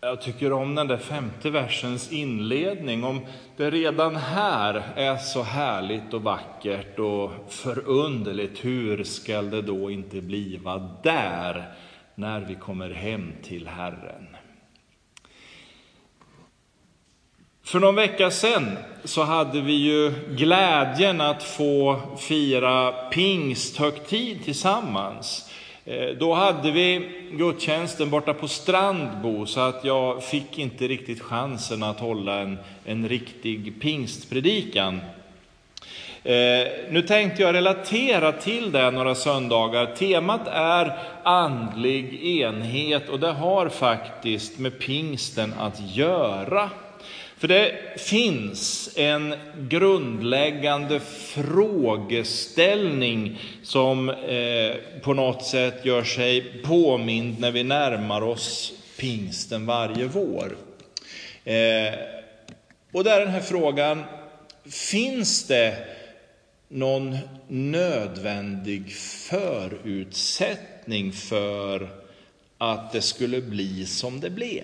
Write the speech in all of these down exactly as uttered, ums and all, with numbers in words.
Jag tycker om den där femte versens inledning. Om det redan här är så härligt och vackert och förunderligt, hur ska det då inte bliva där när vi kommer hem till Herren? För någon vecka sedan så hade vi ju glädjen att få fira pingsthögtid tillsammans. Då hade vi gudstjänsten borta på Strandbo, så att jag fick inte riktigt chansen att hålla en, en riktig pingstpredikan. Eh, nu tänkte jag relatera till det några söndagar. Temat är andlig enhet och det har faktiskt med pingsten att göra. För det finns en grundläggande frågeställning som eh, på något sätt gör sig påmind när vi närmar oss pingsten varje vår. Eh, och där är den här frågan: finns det någon nödvändig förutsättning för att det skulle bli som det blev?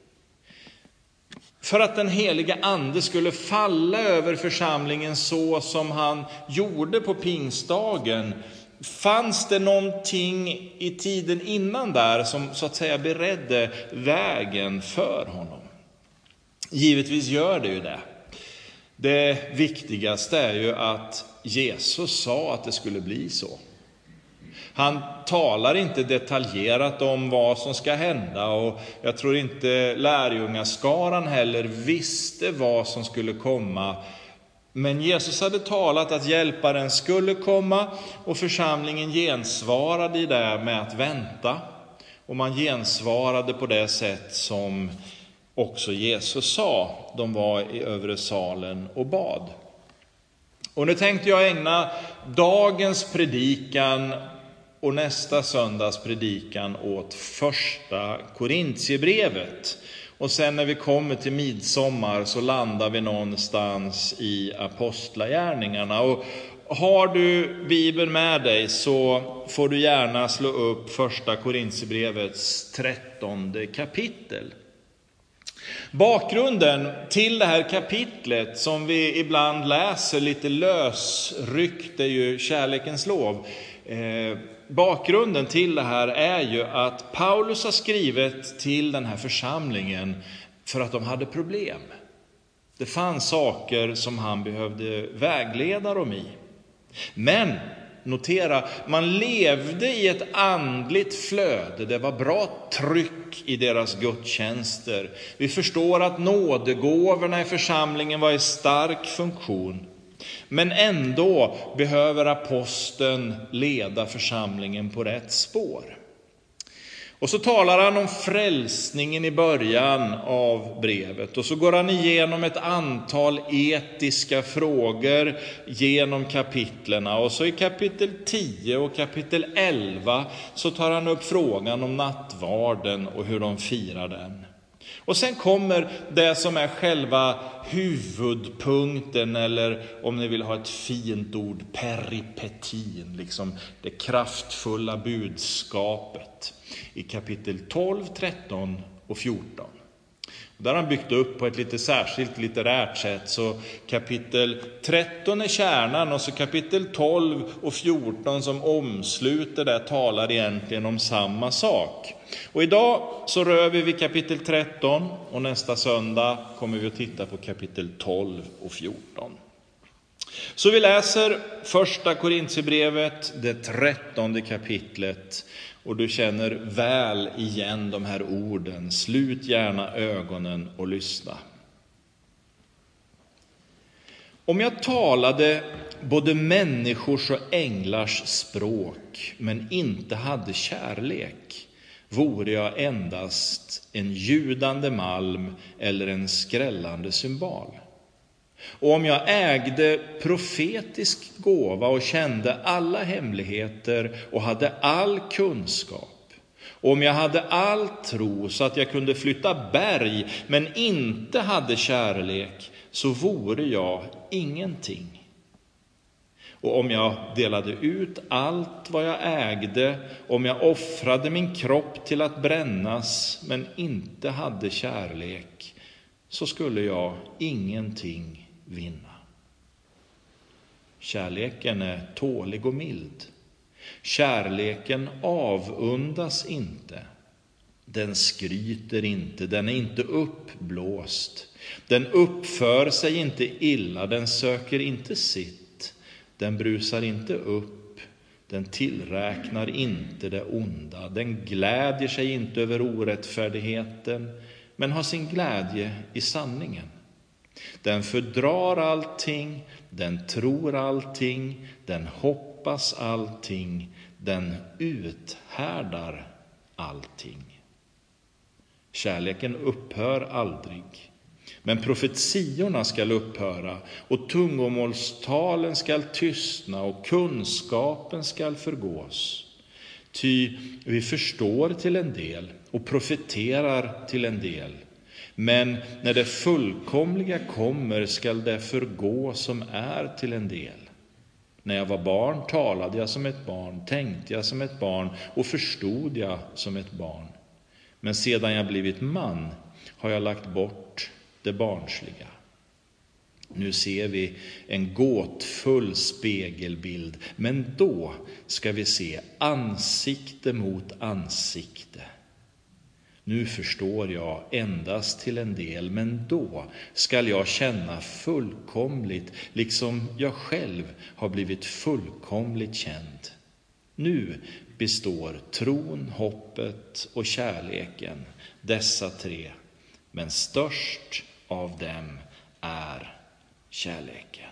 För att den heliga ande skulle falla över församlingen så som han gjorde på pingstdagen, fanns det någonting i tiden innan där som så att säga beredde vägen för honom? Givetvis gör det ju det. Det viktigaste är ju att Jesus sa att det skulle bli så. Han talar inte detaljerat om vad som ska hända, och jag tror inte lärjungaskaran heller visste vad som skulle komma. Men Jesus hade talat att hjälparen skulle komma, och församlingen gensvarade i det med att vänta. Och man gensvarade på det sätt som också Jesus sa. De var i övre salen och bad. Och nu tänkte jag ägna dagens predikan och nästa söndags predikan åt första Korintierbrevet. Och sen när vi kommer till midsommar så landar vi någonstans i apostlagärningarna. Och har du Bibeln med dig så får du gärna slå upp första Korintierbrevets trettonde kapitel. Bakgrunden till det här kapitlet, som vi ibland läser lite lösryckt, är ju kärlekens lov. Eh, bakgrunden till det här är ju att Paulus har skrivit till den här församlingen för att de hade problem. Det fanns saker som han behövde vägleda dem i. Men notera, man levde i ett andligt flöde. Det var bra tryck i deras gudstjänster. Vi förstår att nådegåvorna i församlingen var i stark funktion. Men ändå behöver aposteln leda församlingen på rätt spår. Och så talar han om frälsningen i början av brevet. Och så går han igenom ett antal etiska frågor genom kapitlerna. Och så i kapitel tio och kapitel elva så tar han upp frågan om nattvarden och hur de firar den. Och sen kommer det som är själva huvudpunkten, eller om ni vill ha ett fint ord, peripetin, liksom det kraftfulla budskapet i kapitel tolv, tretton och fjorton. Där har han byggt upp på ett lite särskilt litterärt sätt. Så kapitel tretton är kärnan, och så kapitel tolv och fjorton som omsluter det talar egentligen om samma sak. Och idag så rör vi vid kapitel tretton, och nästa söndag kommer vi att titta på kapitel tolv och fjorton. Så vi läser första Korintierbrevet, det trettonde kapitlet. Och du känner väl igen de här orden. Slut gärna ögonen och lyssna. Om jag talade både människors och änglars språk, men inte hade kärlek, vore jag endast en ljudande malm eller en skrällande cymbal. Och om jag ägde profetisk gåva och kände alla hemligheter och hade all kunskap, och om jag hade all tro så att jag kunde flytta berg men inte hade kärlek, så vore jag ingenting. Och om jag delade ut allt vad jag ägde, om jag offrade min kropp till att brännas men inte hade kärlek, så skulle jag ingenting vinna. Kärleken är tålig och mild. Kärleken avundas inte. Den skryter inte, den är inte uppblåst. Den uppför sig inte illa, den söker inte sitt. Den brusar inte upp, den tillräknar inte det onda. Den glädjer sig inte över orättfärdigheten, men har sin glädje i sanningen. Den fördrar allting, den tror allting, den hoppas allting, den uthärdar allting. Kärleken upphör aldrig, men profetiorna skall upphöra och tungomålstalen skall tystna och kunskapen skall förgås. Ty vi förstår till en del och profeterar till en del. Men när det fullkomliga kommer skall det förgå som är till en del. När jag var barn talade jag som ett barn, tänkte jag som ett barn och förstod jag som ett barn. Men sedan jag blivit man har jag lagt bort det barnsliga. Nu ser vi en gåtfull spegelbild, men då ska vi se ansikte mot ansikte. Nu förstår jag endast till en del, men då skall jag känna fullkomligt, liksom jag själv har blivit fullkomligt känd. Nu består tron, hoppet och kärleken, dessa tre, men störst av dem är kärleken.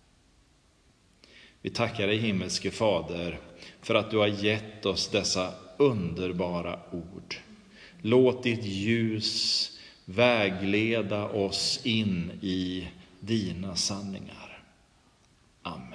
Vi tackar dig, himmelske Fader, för att du har gett oss dessa underbara ord. Låt ditt ljus vägleda oss in i dina sanningar. Amen.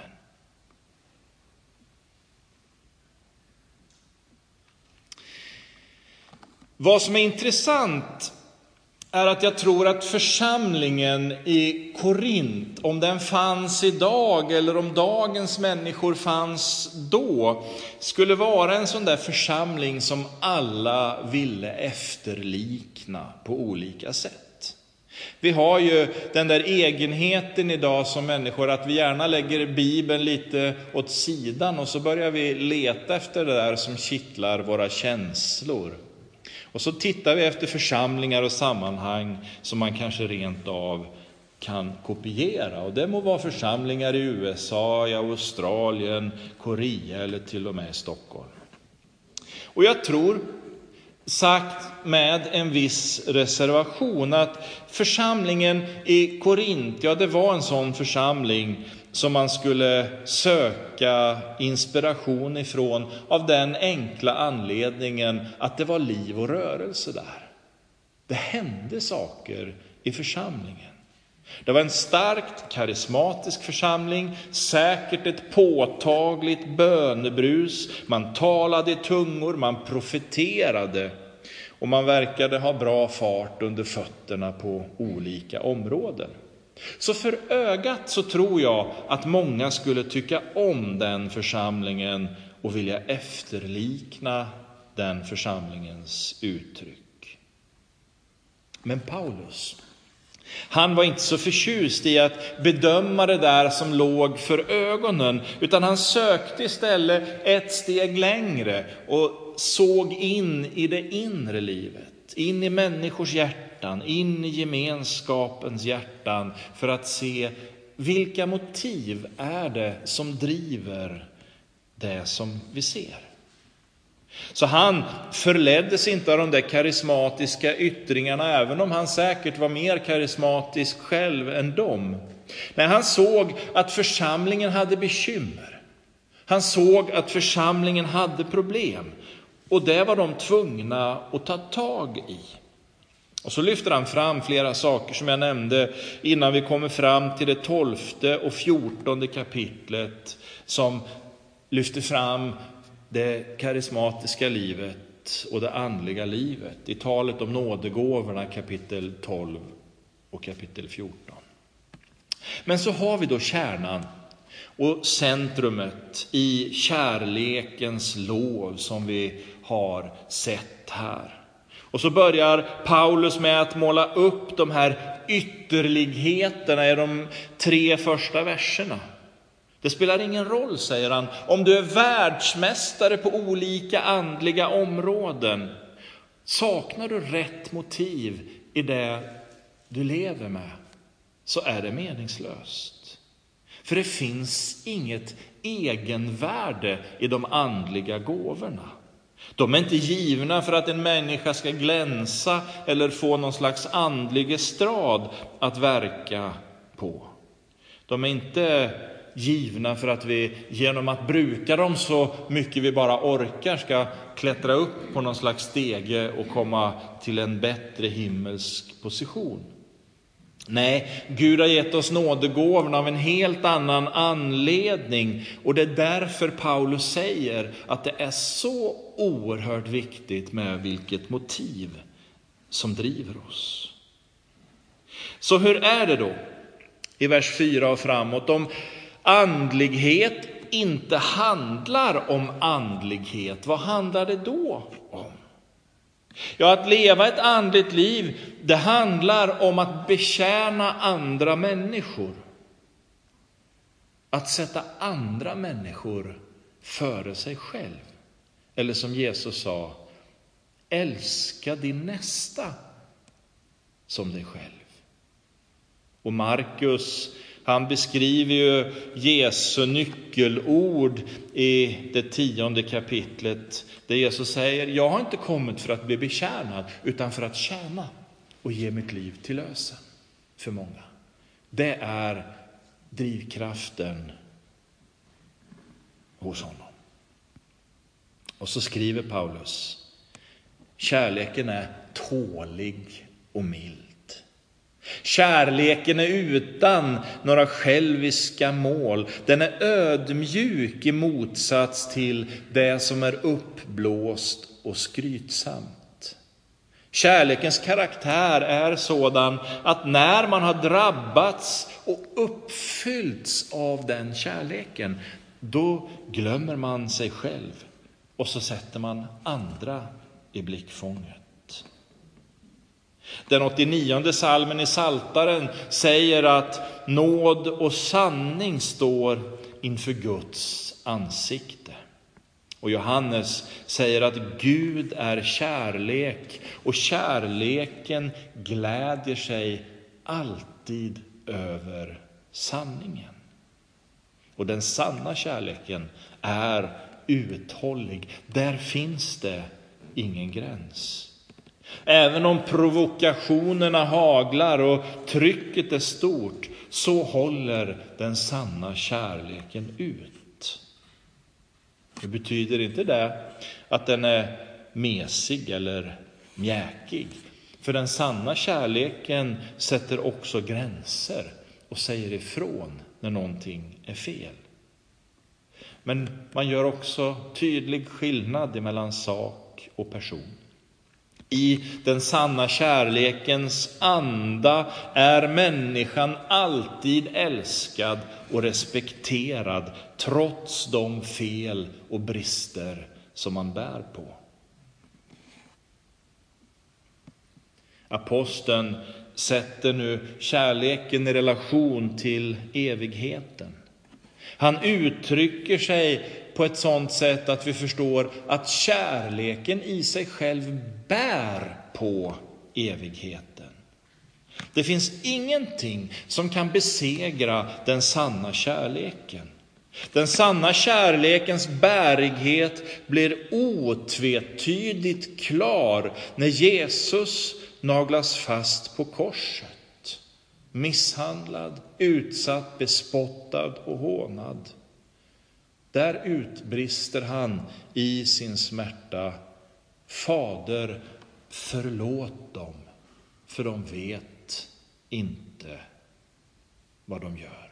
Vad som är intressant är att jag tror att församlingen i Korint, om den fanns idag eller om dagens människor fanns då, skulle vara en sån där församling som alla ville efterlikna på olika sätt. Vi har ju den där egenheten idag som människor att vi gärna lägger Bibeln lite åt sidan och så börjar vi leta efter det där som kittlar våra känslor. Och så tittar vi efter församlingar och sammanhang som man kanske rent av kan kopiera. Och det må vara församlingar i U S A, i Australien, Korea eller till och med i Stockholm. Och jag tror, sagt med en viss reservation, att församlingen i Korint, ja det var en sån församling som man skulle söka inspiration ifrån av den enkla anledningen att det var liv och rörelse där. Det hände saker i församlingen. Det var en starkt karismatisk församling, säkert ett påtagligt bönebrus. Man talade i tungor, man profeterade och man verkade ha bra fart under fötterna på olika områden. Så för ögat så tror jag att många skulle tycka om den församlingen och vilja efterlikna den församlingens uttryck. Men Paulus, han var inte så förtjust i att bedöma det där som låg för ögonen, utan han sökte istället ett steg längre och såg in i det inre livet, in i människors hjärtan, in i gemenskapens hjärtan för att se vilka motiv är det som driver det som vi ser. Så han förleddes inte av de där karismatiska yttringarna, även om han säkert var mer karismatisk själv än dem. Nej, han såg att församlingen hade bekymmer. Han såg att församlingen hade problem. Och det var de tvungna att ta tag i. Och så lyfter han fram flera saker som jag nämnde innan vi kommer fram till det tolfte och fjortonde kapitlet som lyfter fram det karismatiska livet och det andliga livet i talet om nådegåvorna kapitel tolv och kapitel fjorton. Men så har vi då kärnan. Och centrumet i kärlekens lov som vi har sett här. Och så börjar Paulus med att måla upp de här ytterligheterna i de tre första verserna. Det spelar ingen roll, säger han, om du är världsmästare på olika andliga områden. Saknar du rätt motiv i det du lever med, så är det meningslöst. För det finns inget egenvärde i de andliga gåvorna. De är inte givna för att en människa ska glänsa eller få någon slags andlig estrad att verka på. De är inte givna för att vi genom att bruka dem så mycket vi bara orkar ska klättra upp på någon slags stege och komma till en bättre himmelsk position. Nej, Gud har gett oss nådegåvorna av en helt annan anledning, och det är därför Paulus säger att det är så oerhört viktigt med vilket motiv som driver oss. Så hur är det då i vers fyra och framåt? Om andlighet inte handlar om andlighet, vad handlar det då om? Ja, att leva ett andligt liv, det handlar om att betjäna andra människor. Att sätta andra människor före sig själv. Eller som Jesus sa, älska din nästa som dig själv. Och Markus, han beskriver ju Jesu nyckelord i det tionde kapitlet. Där Jesus säger, jag har inte kommit för att bli betjänad utan för att tjäna och ge mitt liv till lösen för många. Det är drivkraften hos honom. Och så skriver Paulus, kärleken är tålig och mild. Kärleken är utan några själviska mål. Den är ödmjuk i motsats till det som är uppblåst och skrytsamt. Kärlekens karaktär är sådan att när man har drabbats och uppfyllts av den kärleken, då glömmer man sig själv och så sätter man andra i blickfånget. Den åttionionde salmen i Saltaren säger att nåd och sanning står inför Guds ansikte. Och Johannes säger att Gud är kärlek och kärleken glädjer sig alltid över sanningen. Och den sanna kärleken är uthållig. Där finns det ingen gräns. Även om provokationerna haglar och trycket är stort, så håller den sanna kärleken ut. Det betyder inte det att den är mesig eller mjäkig. För den sanna kärleken sätter också gränser och säger ifrån när någonting är fel. Men man gör också tydlig skillnad mellan sak och person. I den sanna kärlekens anda är människan alltid älskad och respekterad trots de fel och brister som man bär på. Aposteln sätter nu kärleken i relation till evigheten. Han uttrycker sig på ett sådant sätt att vi förstår att kärleken i sig själv bär på evigheten. Det finns ingenting som kan besegra den sanna kärleken. Den sanna kärlekens bärighet blir otvetydigt klar när Jesus naglas fast på korset. Misshandlad, utsatt, bespottad och hånad. Där utbrister han i sin smärta, Fader, förlåt dem, för de vet inte vad de gör.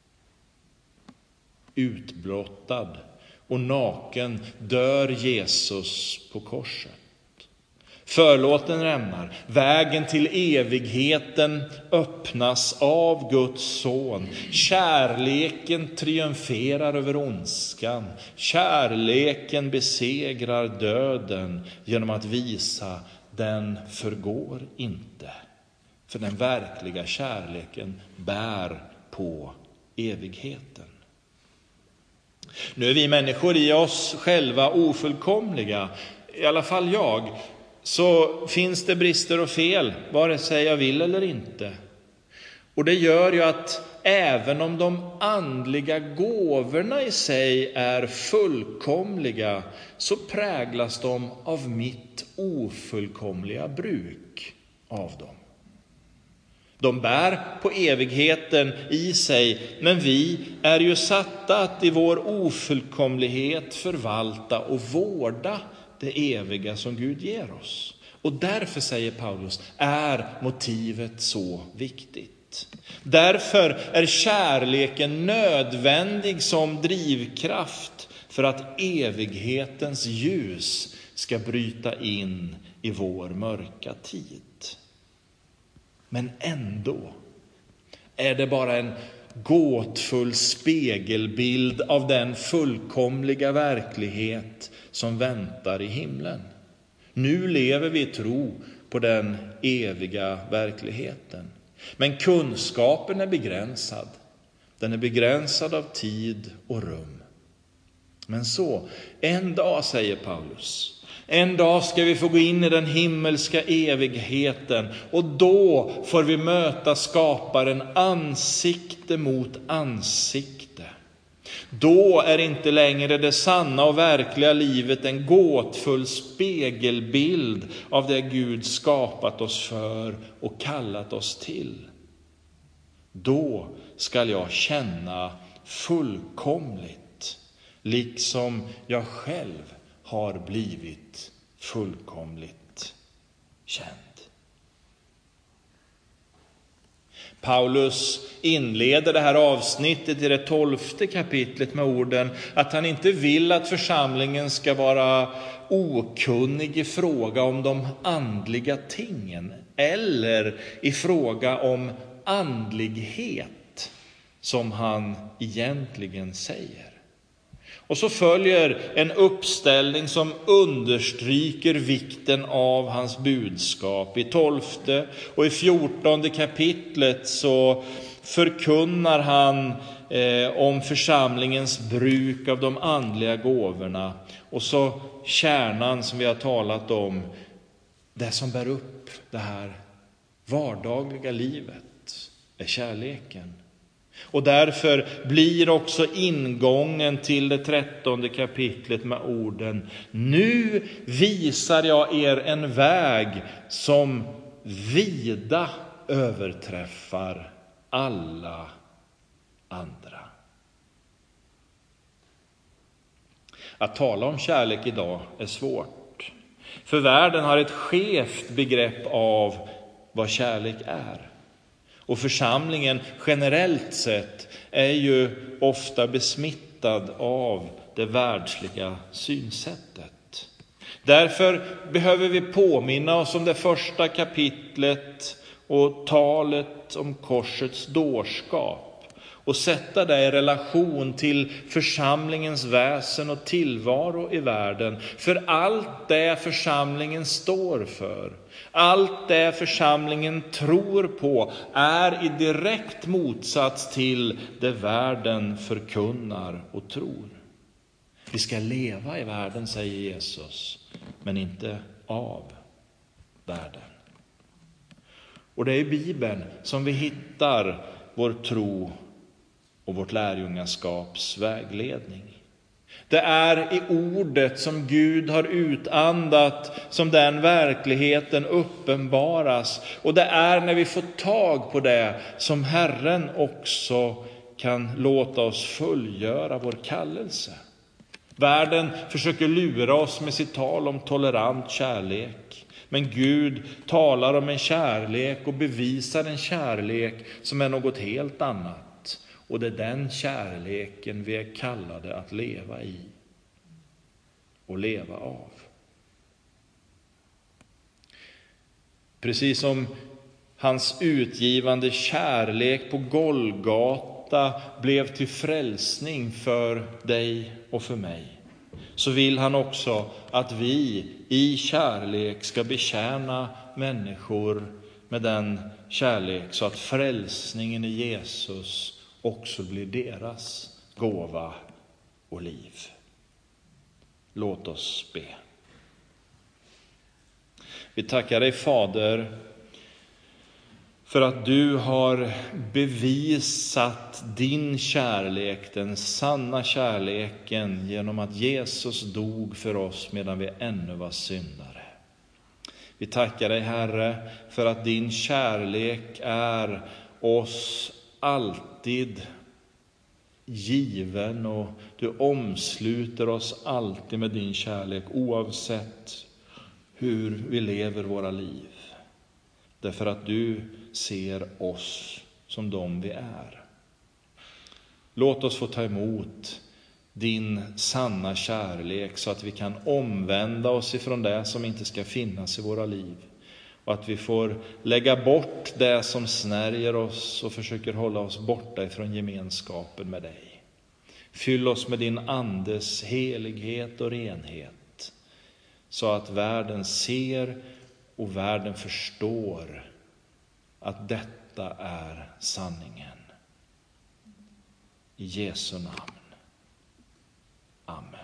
Utblottad och naken dör Jesus på korset. Förlåten rämnar. Vägen till evigheten öppnas av Guds son. Kärleken triumferar över ondskan. Kärleken besegrar döden genom att visa den förgår inte. För den verkliga kärleken bär på evigheten. Nu är vi människor i oss själva ofullkomliga, i alla fall jag. Så finns det brister och fel, vare sig jag vill eller inte. Och det gör ju att även om de andliga gåvorna i sig är fullkomliga, så präglas de av mitt ofullkomliga bruk av dem. De bär på evigheten i sig, men vi är ju satta att i vår ofullkomlighet förvalta och vårda det eviga som Gud ger oss. Och därför, säger Paulus, är motivet så viktigt. Därför är kärleken nödvändig som drivkraft för att evighetens ljus ska bryta in i vår mörka tid. Men ändå är det bara en gåtfull spegelbild av den fullkomliga verklighet som väntar i himlen. Nu lever vi i tro på den eviga verkligheten. Men kunskapen är begränsad. Den är begränsad av tid och rum. Men så, en dag, säger Paulus, en dag ska vi få gå in i den himmelska evigheten, och då får vi möta skaparen ansikte mot ansikte. Då är inte längre det sanna och verkliga livet en gåtfull spegelbild av det Gud skapat oss för och kallat oss till. Då ska jag känna fullkomligt, liksom jag själv har blivit fullkomligt känd. Paulus inleder det här avsnittet i det tolfte kapitlet med orden att han inte vill att församlingen ska vara okunnig i fråga om de andliga tingen eller i fråga om andlighet, som han egentligen säger. Och så följer en uppställning som understryker vikten av hans budskap. I tolfte och i fjortonde kapitlet så förkunnar han eh, om församlingens bruk av de andliga gåvorna. Och så kärnan som vi har talat om, det som bär upp det här vardagliga livet, är kärleken. Och därför blir också ingången till det trettonde kapitlet med orden: nu visar jag er en väg som vida överträffar alla andra. Att tala om kärlek idag är svårt. För världen har ett skevt begrepp av vad kärlek är. Och församlingen generellt sett är ju ofta besmittad av det världsliga synsättet. Därför behöver vi påminna oss om det första kapitlet och talet om korsets dårskap och sätta det i relation till församlingens väsen och tillvaro i världen. För allt det församlingen står för, allt det församlingen tror på, är i direkt motsats till det världen förkunnar och tror. Vi ska leva i världen, säger Jesus, men inte av världen. Och det är i Bibeln som vi hittar vår tro och vårt lärjungaskaps vägledning. Det är i ordet som Gud har utandat som den verkligheten uppenbaras. Och det är när vi får tag på det som Herren också kan låta oss fullgöra vår kallelse. Världen försöker lura oss med sitt tal om tolerant kärlek. Men Gud talar om en kärlek och bevisar en kärlek som är något helt annat. Och det är den kärleken vi är kallade att leva i och leva av. Precis som hans utgivande kärlek på Golgata blev till frälsning för dig och för mig, så vill han också att vi i kärlek ska betjäna människor med den kärlek, så att frälsningen i Jesus också blir deras gåva och liv. Låt oss be. Vi tackar dig, Fader, för att du har bevisat din kärlek, den sanna kärleken, genom att Jesus dog för oss medan vi ännu var syndare. Vi tackar dig, Herre, för att din kärlek är oss alltid given, och du omsluter oss alltid med din kärlek oavsett hur vi lever våra liv. Därför att du ser oss som de vi är. Låt oss få ta emot din sanna kärlek, så att vi kan omvända oss ifrån det som inte ska finnas i våra liv. Och att vi får lägga bort det som snärjer oss och försöker hålla oss borta ifrån gemenskapen med dig. Fyll oss med din andes helighet och renhet, så att världen ser och världen förstår att detta är sanningen. I Jesu namn. Amen.